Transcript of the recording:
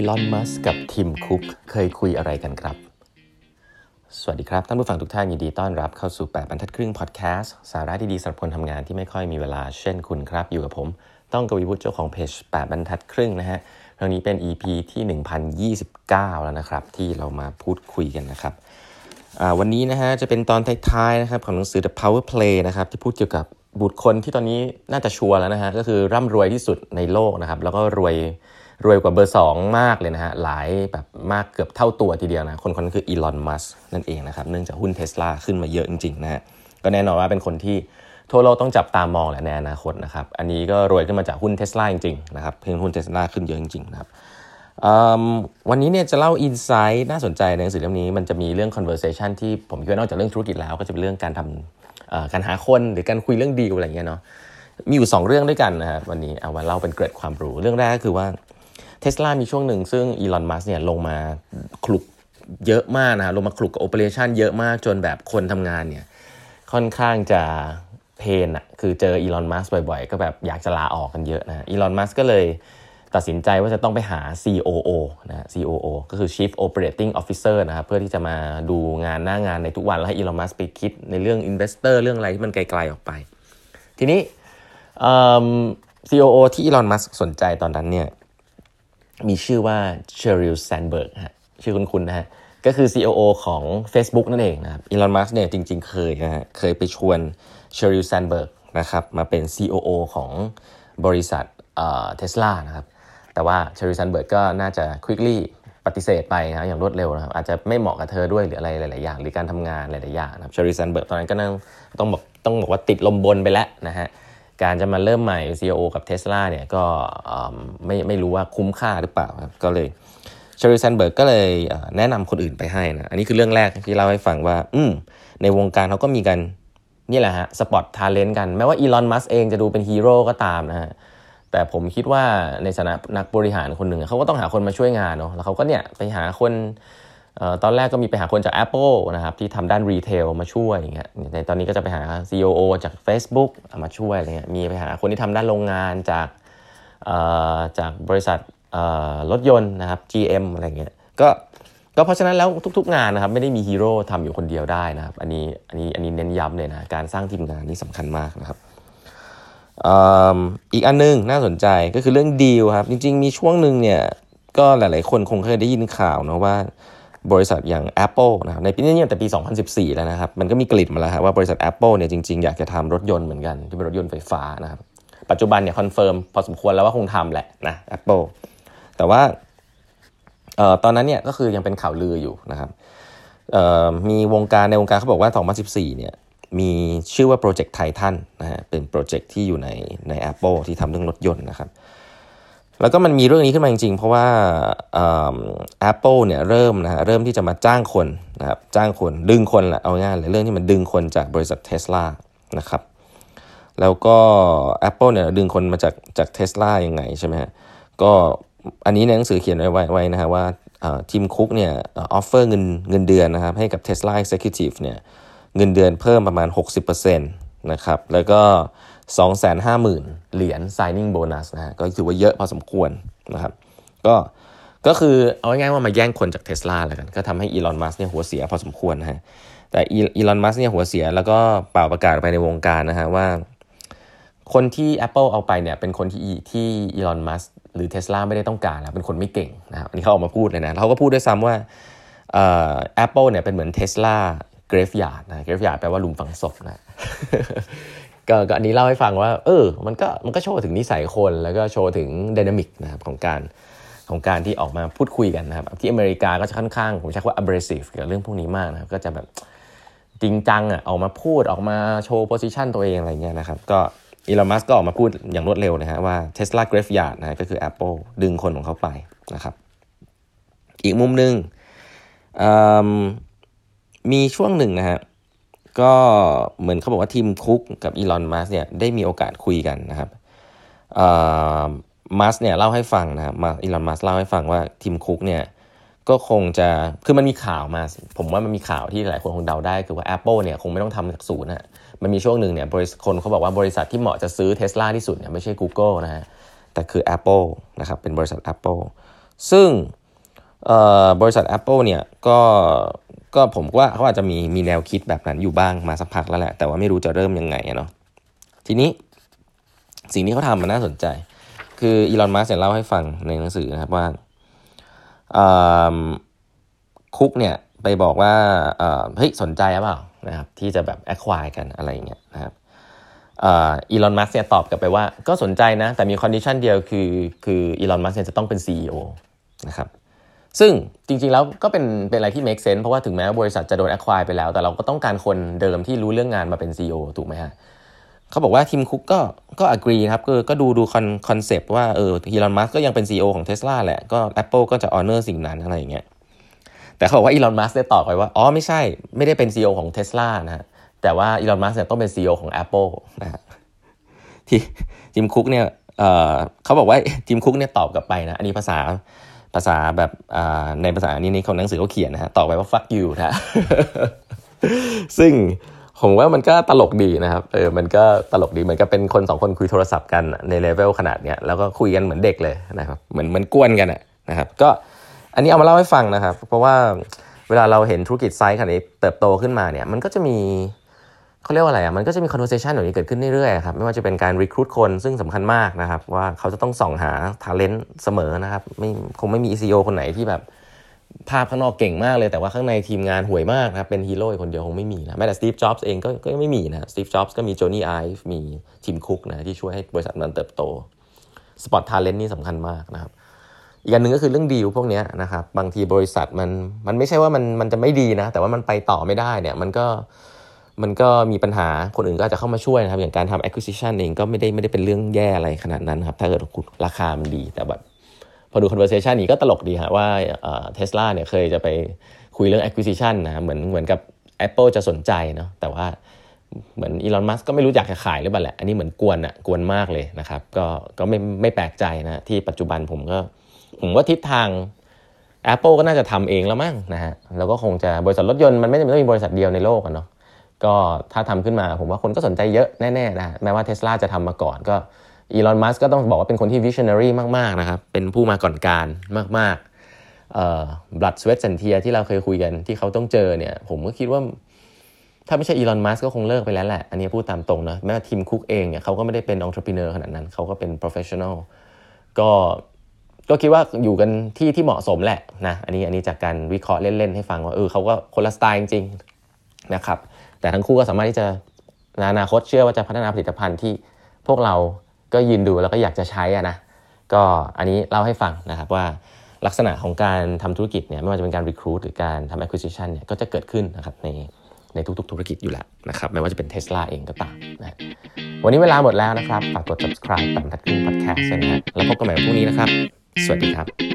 ลอน มัสก์กับทิม คุกเคยคุยอะไรกันครับสวัสดีครับท่านผู้ฟังทุกท่านยินดีต้อนรับเข้าสู่8บรรทัดครึ่งพอดแคสต์สาระดีๆสำหรับคนทำงานที่ไม่ค่อยมีเวลาเช่นคุณครับอยู่กับผมต้องกวีวุฒิเจ้าของเพจ8บรรทัดครึ่งนะฮะครั้งนี้เป็น EP ที่1029แล้วนะครับที่เรามาพูดคุยกันนะครับวันนี้นะฮะจะเป็นตอนท้ายๆนะครับของหนังสือ The Power Play นะครับที่พูดเกี่ยวกับบุคคลที่ตอนนี้น่าจะชัวร์แล้วนะฮะก็คือร่ำรวยที่สุดในโลกนะครับแล้วก็รวยกว่าเบอร์2มากเลยนะฮะหลายแบบมากเกือบเท่าตัวทีเดียวนะคนนั้นคืออีลอน มัสก์นั่นเองนะครับเนื่องจากหุ้น Tesla ขึ้นมาเยอะจริงๆนะฮะก็แน่นอนว่าเป็นคนที่ทั่วโลกต้องจับตามองแหละในอนาคตนะครับอันนี้ก็รวยขึ้นมาจากหุ้น Tesla จริงๆนะครับเพิ่งหุ้น Tesla ขึ้นเยอะจริงๆนะครับวันนี้เนี่ยจะเล่าอินไซต์น่าสนใจในหนังสือเล่มนี้มันจะมีเรื่อง conversation ที่ผมคิดว่านอกจากเรื่องธุรกิจแล้วก็จะเป็นเรื่องการทำการหาคนหรือการคุยเรื่องดีลอะไรอย่างเงี้ยเนาะมีอยู่2เรื่องด้วยกันนะครับวันนี้เอามาเล่าเป็นเกร็ดความรู้เรื่องแรกก็คือว่า Tesla มีช่วงหนึ่งซึ่งอีลอน มัสก์เนี่ยลงมาคลุกเยอะมากนะลงมาคลุกกับโอเปอเรชั่นเยอะมากจนแบบคนทำงานเนี่ยค่อนข้างจะเพนอ่ะคือเจออีลอน มัสก์บ่อยๆก็แบบอยากจะลาออกกันเยอะนะอีลอน มัสก์ก็เลยตัดสินใจว่าจะต้องไปหา COO นะ COO ก็คือ Chief Operating Officer นะครับเพื่อที่จะมาดูงานหน้างานในทุกวันแล้วให้อีลอน มัสก์ไปคิดในเรื่อง Investor เรื่องอะไรที่มันไกลๆออกไปทีนี้COO ที่อีลอน มัสก์สนใจตอนนั้นเนี่ยมีชื่อว่าเชอริล แซนเบิร์กฮะชื่อคุ้นๆนะฮะก็คือ COO ของ Facebook นั่นเองนะครับอีลอน มัสก์เนี่ยจริงๆเคยไปชวนเชอริล แซนเบิร์กนะครับมาเป็น COO ของบริษัทTesla นะครับแต่ว่าเชอริล แซนเบิร์กก็น่าจะ quickly ปฏิเสธไปนะอย่างรวดเร็วนะครับอาจจะไม่เหมาะกับเธอด้วยหรืออะไรหลายๆอย่างหรือการทำงานหลายๆอย่างนะครับเชอริล แซนเบิร์กตอนนั้นก็ต้องบอกว่าติดลมบนไปแล้วนะฮะการจะมาเริ่มใหม่ CEO กับ Tesla เนี่ยก็ไม่รู้ว่าคุ้มค่าหรือเปล่าครับก็เลยเชอริล แซนเบิร์กก็เลยแนะนำคนอื่นไปให้นะอันนี้คือเรื่องแรกที่เล่าให้ฟังว่าในวงการเขาก็มีกันนี่แหละฮะสปอตทาเลนต์กันแม้ว่าอีลอน มัสก์เองจะดูเป็นฮีโร่ก็ตามนะฮะแต่ผมคิดว่าในฐานะนักบริหารคนหนึ่งเขาก็ต้องหาคนมาช่วยงานเนาะแล้วเขาก็เนี่ยไปหาคนตอนแรกก็มีไปหาคนจาก Apple นะครับที่ทำด้านรีเทลมาช่วยอย่างเงี้ยในตอนนี้ก็จะไปหา COO จาก Facebook มาช่วยอะไรเงี้ยมีไปหาคนที่ทำด้านโรงงานจากบริษัทรถยนต์นะครับ GM อะไรเงี้ยก็เพราะฉะนั้นแล้วทุกๆงานนะครับไม่ได้มีฮีโร่ทำอยู่คนเดียวได้นะครับอันนี้เน้นย้ำเลยนะการสร้างทีมงานนี่สำคัญมากนะครับอีกอันนึงน่าสนใจก็คือเรื่องดีลครับจริงๆมีช่วงนึงเนี่ยก็หลายๆคนคงเคยได้ยินข่าวนะว่าบริษัทอย่าง Apple นะครับในปีนี้เนี่ยแต่ปี 2014 แล้วนะครับมันก็มีกลิ่นมาแล้วครับว่าบริษัท Apple เนี่ยจริงๆอยากจะทำรถยนต์เหมือนกันที่เป็นรถยนต์ไฟฟ้านะครับปัจจุบันเนี่ยคอนเฟิร์มพอสมควรแล้วว่าคงทำแหละนะ Apple แต่ว่าตอนนั้นเนี่ยก็คือยังเป็นข่าวลืออยู่นะครับมีในวงการเขาบอกว่า 2014 เนี่ยมีชื่อว่าโปรเจกต์ไททันนะฮะเป็นโปรเจกต์ที่อยู่ใน Apple ที่ทำเรื่องรถยนต์นะครับแล้วก็มันมีเรื่องนี้ขึ้นมาจริงๆเพราะว่าApple เนี่ยเริ่มที่จะมาจ้างคนนะครับจ้างคนดึงคนแหละเอาง่ายเลยเรื่องที่มันดึงคนจากบริษัท Tesla นะครับแล้วก็ Apple เนี่ยดึงคนมาจาก Tesla ยังไงใช่ไหมฮะก็อันนี้ในหนังสือเขียนไว้นะฮะว่าทีมคุกเนี่ยออฟเฟอร์เงินเดือนนะครับให้กับ Tesla Executive เนี่ยเงินเดือนเพิ่มประมาณ 60% นะครับแล้วก็250,000 เหรียญ signing bonus นะฮะก็ถือว่าเยอะพอสมควรนะครับก็คือเอาง่ายๆว่ามาแย่งคนจาก Tesla แล้วกันก็ทำให้อีลอน มัสก์เนี่ยหัวเสียพอสมควรนะฮะแต่อีลอน มัสก์เนี่ยหัวเสียแล้วก็เป่าประกาศไปในวงการนะฮะว่าคนที่ Apple เอาไปเนี่ยเป็นคนที่อีลอน มัสก์หรือ Tesla ไม่ได้ต้องการแล้วเป็นคนไม่เก่งนะครับอันนี้เขาออกมาพูดเลยนะเขาก็พูดด้วยซ้ำว่าApple เนี่ยเป็นเหมือน Tesla graveyard นะ graveyard แปลว่าหลุมฝังศพนะ ก็อันนี้เล่าให้ฟังว่ามันก็โชว์ถึงนิสัยคนแล้วก็โชว์ถึงไดนามิกนะครับของการที่ออกมาพูดคุยกันนะครับที่อเมริกาก็จะค่อนข้างผมใช้คำว่า abrasive กับเรื่องพวกนี้มากนะครับก็จะแบบจริงจังออกมาพูดออกมาโชว์ position ตัวเองอะไรเงี้ยนะครับก็อีลอน มัสก์ก็ออกมาพูดอย่างรวดเร็วนะฮะว่า Tesla graveyard นะก็คือ Apple ดึงคนของเขาไปนะครับอีกมุมนึงมีช่วงหนึ่งนะฮะก็เหมือนเขาบอกว่าทีมคุกกับอีลอน มัสก์เนี่ยได้มีโอกาสคุยกันนะครับมัสก์เนี่ยเล่าให้ฟังนะครับอีลอน มัสก์เล่าให้ฟังว่าทีมคุกเนี่ยก็คงจะคือมันมีข่าวมาผมว่ามันมีข่าวที่หลายคนคงเดาได้คือว่า Apple เนี่ยคงไม่ต้องทำจากศูนย์นะมันมีช่วงหนึ่งเนี่ยคนเขาบอกว่าบริษัทที่เหมาะจะซื้อ Tesla ที่สุดเนี่ยไม่ใช่ Google นะฮะแต่คือ Apple นะครับเป็นบริษัท Apple ซึ่งบริษัท Apple เนี่ยก็ผมว่าเขาอาจจะมีแนวคิดแบบนั้นอยู่บ้างมาสักพักแล้วแหละแต่ว่าไม่รู้จะเริ่มยังไงเนาะทีนี้สิ่งที่เขาทำมันน่าสนใจคืออีลอนมัสก์เล่าให้ฟังในหนังสือนะครับว่าคุกเนี่ยไปบอกว่าเฮ้ยสนใจหรือเปล่านะครับที่จะแบบ acquire กันอะไรอย่างเงี้ยนะครับอีลอนมัสก์เนี่ยตอบกลับไปว่าก็สนใจนะแต่มีคอนดิชันเดียวคืออีลอนมัสก์เนี่ยจะต้องเป็น CEO นะครับซึ่งจริงๆแล้วก็เป็นอะไรที่ make sense เพราะว่าถึงแม้ว่าบริษัทจะโดน acquire ไปแล้วแต่เราก็ต้องการคนเดิมที่รู้เรื่องงานมาเป็น CEO ถูกไหมฮะเขาบอกว่าทีมคุกก็ agree ครับก็ดูคอนเซปต์ว่าอีลอนมัสก์ก็ยังเป็น CEO ของ Tesla แหละก็ Apple ก็จะ honor สิ่งนั้นอะไรอย่างเงี้ยแต่เขาบอกว่าอีลอนมัสก์ได้ตอบไปว่าไม่ได้เป็น CEO ของ Tesla นะฮะแต่ว่าอีลอนมัสก์เนี่ยต้องเป็น CEO ของ Apple นะฮะที่ทีมคุกเนี่ยเขาบอกว่าทีมคุกเนี่ยตอบกลับไปนะอันนี้ภาษาแบบในภาษานี้ของหนังสือเขาเขียนนะฮะตอบไปว่า fuck you นะ ซึ่งผมว่ามันก็ตลกดีนะครับมันก็ตลกดีเหมือนกับเป็นคน2คนคุยโทรศัพท์กันในเลเวลขนาดเนี้ยแล้วก็คุยกันเหมือนเด็กเลยนะครับเหมือนกวนกันนะครับก็อันนี้เอามาเล่าให้ฟังนะครับเพราะว่าเวลาเราเห็นธุรกิจไซส์ขนาดนี้เติบโตขึ้นมาเนี่ยมันก็จะมีเขาเรียกว่าอะไรมันก็จะมี conversation แบบนี้เกิดขึ้นเรื่อยๆครับไม่ว่าจะเป็นการ recruit คนซึ่งสำคัญมากนะครับว่าเขาจะต้องส่องหา talent เสมอนะครับคงไม่มี CEO คนไหนที่แบบภาพข้างนอกเก่งมากเลยแต่ว่าข้างในทีมงานห่วยมากนะครับเป็นฮีโร่คนเดียวคงไม่มีนะแม้แต่ Steve Jobs เองก็ไม่มีนะ Steve Jobs ก็มี Johnny Ive มี Tim Cook นะที่ช่วยให้บริษัทมันเติบโต Spot Talent นี่สำคัญมากนะครับอีกอันนึงก็คือเรื่องดีลพวกนี้นะครับบางทีบริษัทมันไม่ใช่ว่ามันจะไม่ดีนะแต่ว่ามันไปต่อไม่ได้เนี่ยมันก็มีปัญหาคนอื่นก็อาจจะเข้ามาช่วยนะครับอย่างการทำ acquisition เองก็ไม่ได้เป็นเรื่องแย่อะไรขนาดนั้นครับถ้าเกิดราคามันดีแต่แบบพอดู conversation นี้ก็ตลกดีฮะว่าTesla เนี่ยเคยจะไปคุยเรื่อง acquisition นะเหมือนกับ Apple จะสนใจเนาะแต่ว่าเหมือนอีลอนมัสก์ก็ไม่รู้อยากจะขายหรือเปล่าแหละอันนี้เหมือนกวนมากเลยนะครับก็ไม่แปลกใจนะที่ปัจจุบันผมว่าทิศทาง Apple ก็น่าจะทำเองแล้วมั้งนะฮะแล้วก็คงจะบริษัทรถยนต์มันไม่จำเป็นต้องมีบริษัทเดียวในโลกเนาะก็ถ้าทำขึ้นมาผมว่าคนก็สนใจเยอะแน่ๆนะแม้ว่า Tesla จะทำมาก่อนก็อีลอนมัสก์ก็ต้องบอกว่าเป็นคนที่ visionary มากๆนะครับเป็นผู้มาก่อนการมากๆblood sweat and tear ที่เราเคยคุยกันที่เขาต้องเจอเนี่ยผมก็คิดว่าถ้าไม่ใช่อีลอนมัสก์ก็คงเลิกไปแล้วแหละอันนี้พูดตามตรงนะแม้ว่าทีมคุกเองเนี่ยเขาก็ไม่ได้เป็น entrepreneur ขนาดนั้นเขาก็เป็น professional ก็คิดว่าอยู่กันที่เหมาะสมแหละนะอันนี้จากการวิเคราะห์เล่นๆให้ฟังว่าเขาก็คนละสไตล์จริงๆนะครับแต่ทั้งคู่ก็สามารถที่จะในอนาคตเชื่อว่าจะพัฒนาผลิตภัณฑ์ที่พวกเราก็ยืนดูแล้วก็อยากจะใช้นะก็อันนี้เล่าให้ฟังนะครับว่าลักษณะของการทำธุรกิจเนี่ยไม่ว่าจะเป็นการ recruit หรือการทำ acquisition เนี่ยก็จะเกิดขึ้นนะครับในทุกๆธุรกิจอยู่แล้วนะครับไม่ว่าจะเป็น Tesla เองก็ตามนะวันนี้เวลาหมดแล้วนะครับฝากกด subscribe ปั่นทัดครึ่ง podcast นะฮะแล้วพบกันใหม่พรุ่งนี้นะครับสวัสดีครับ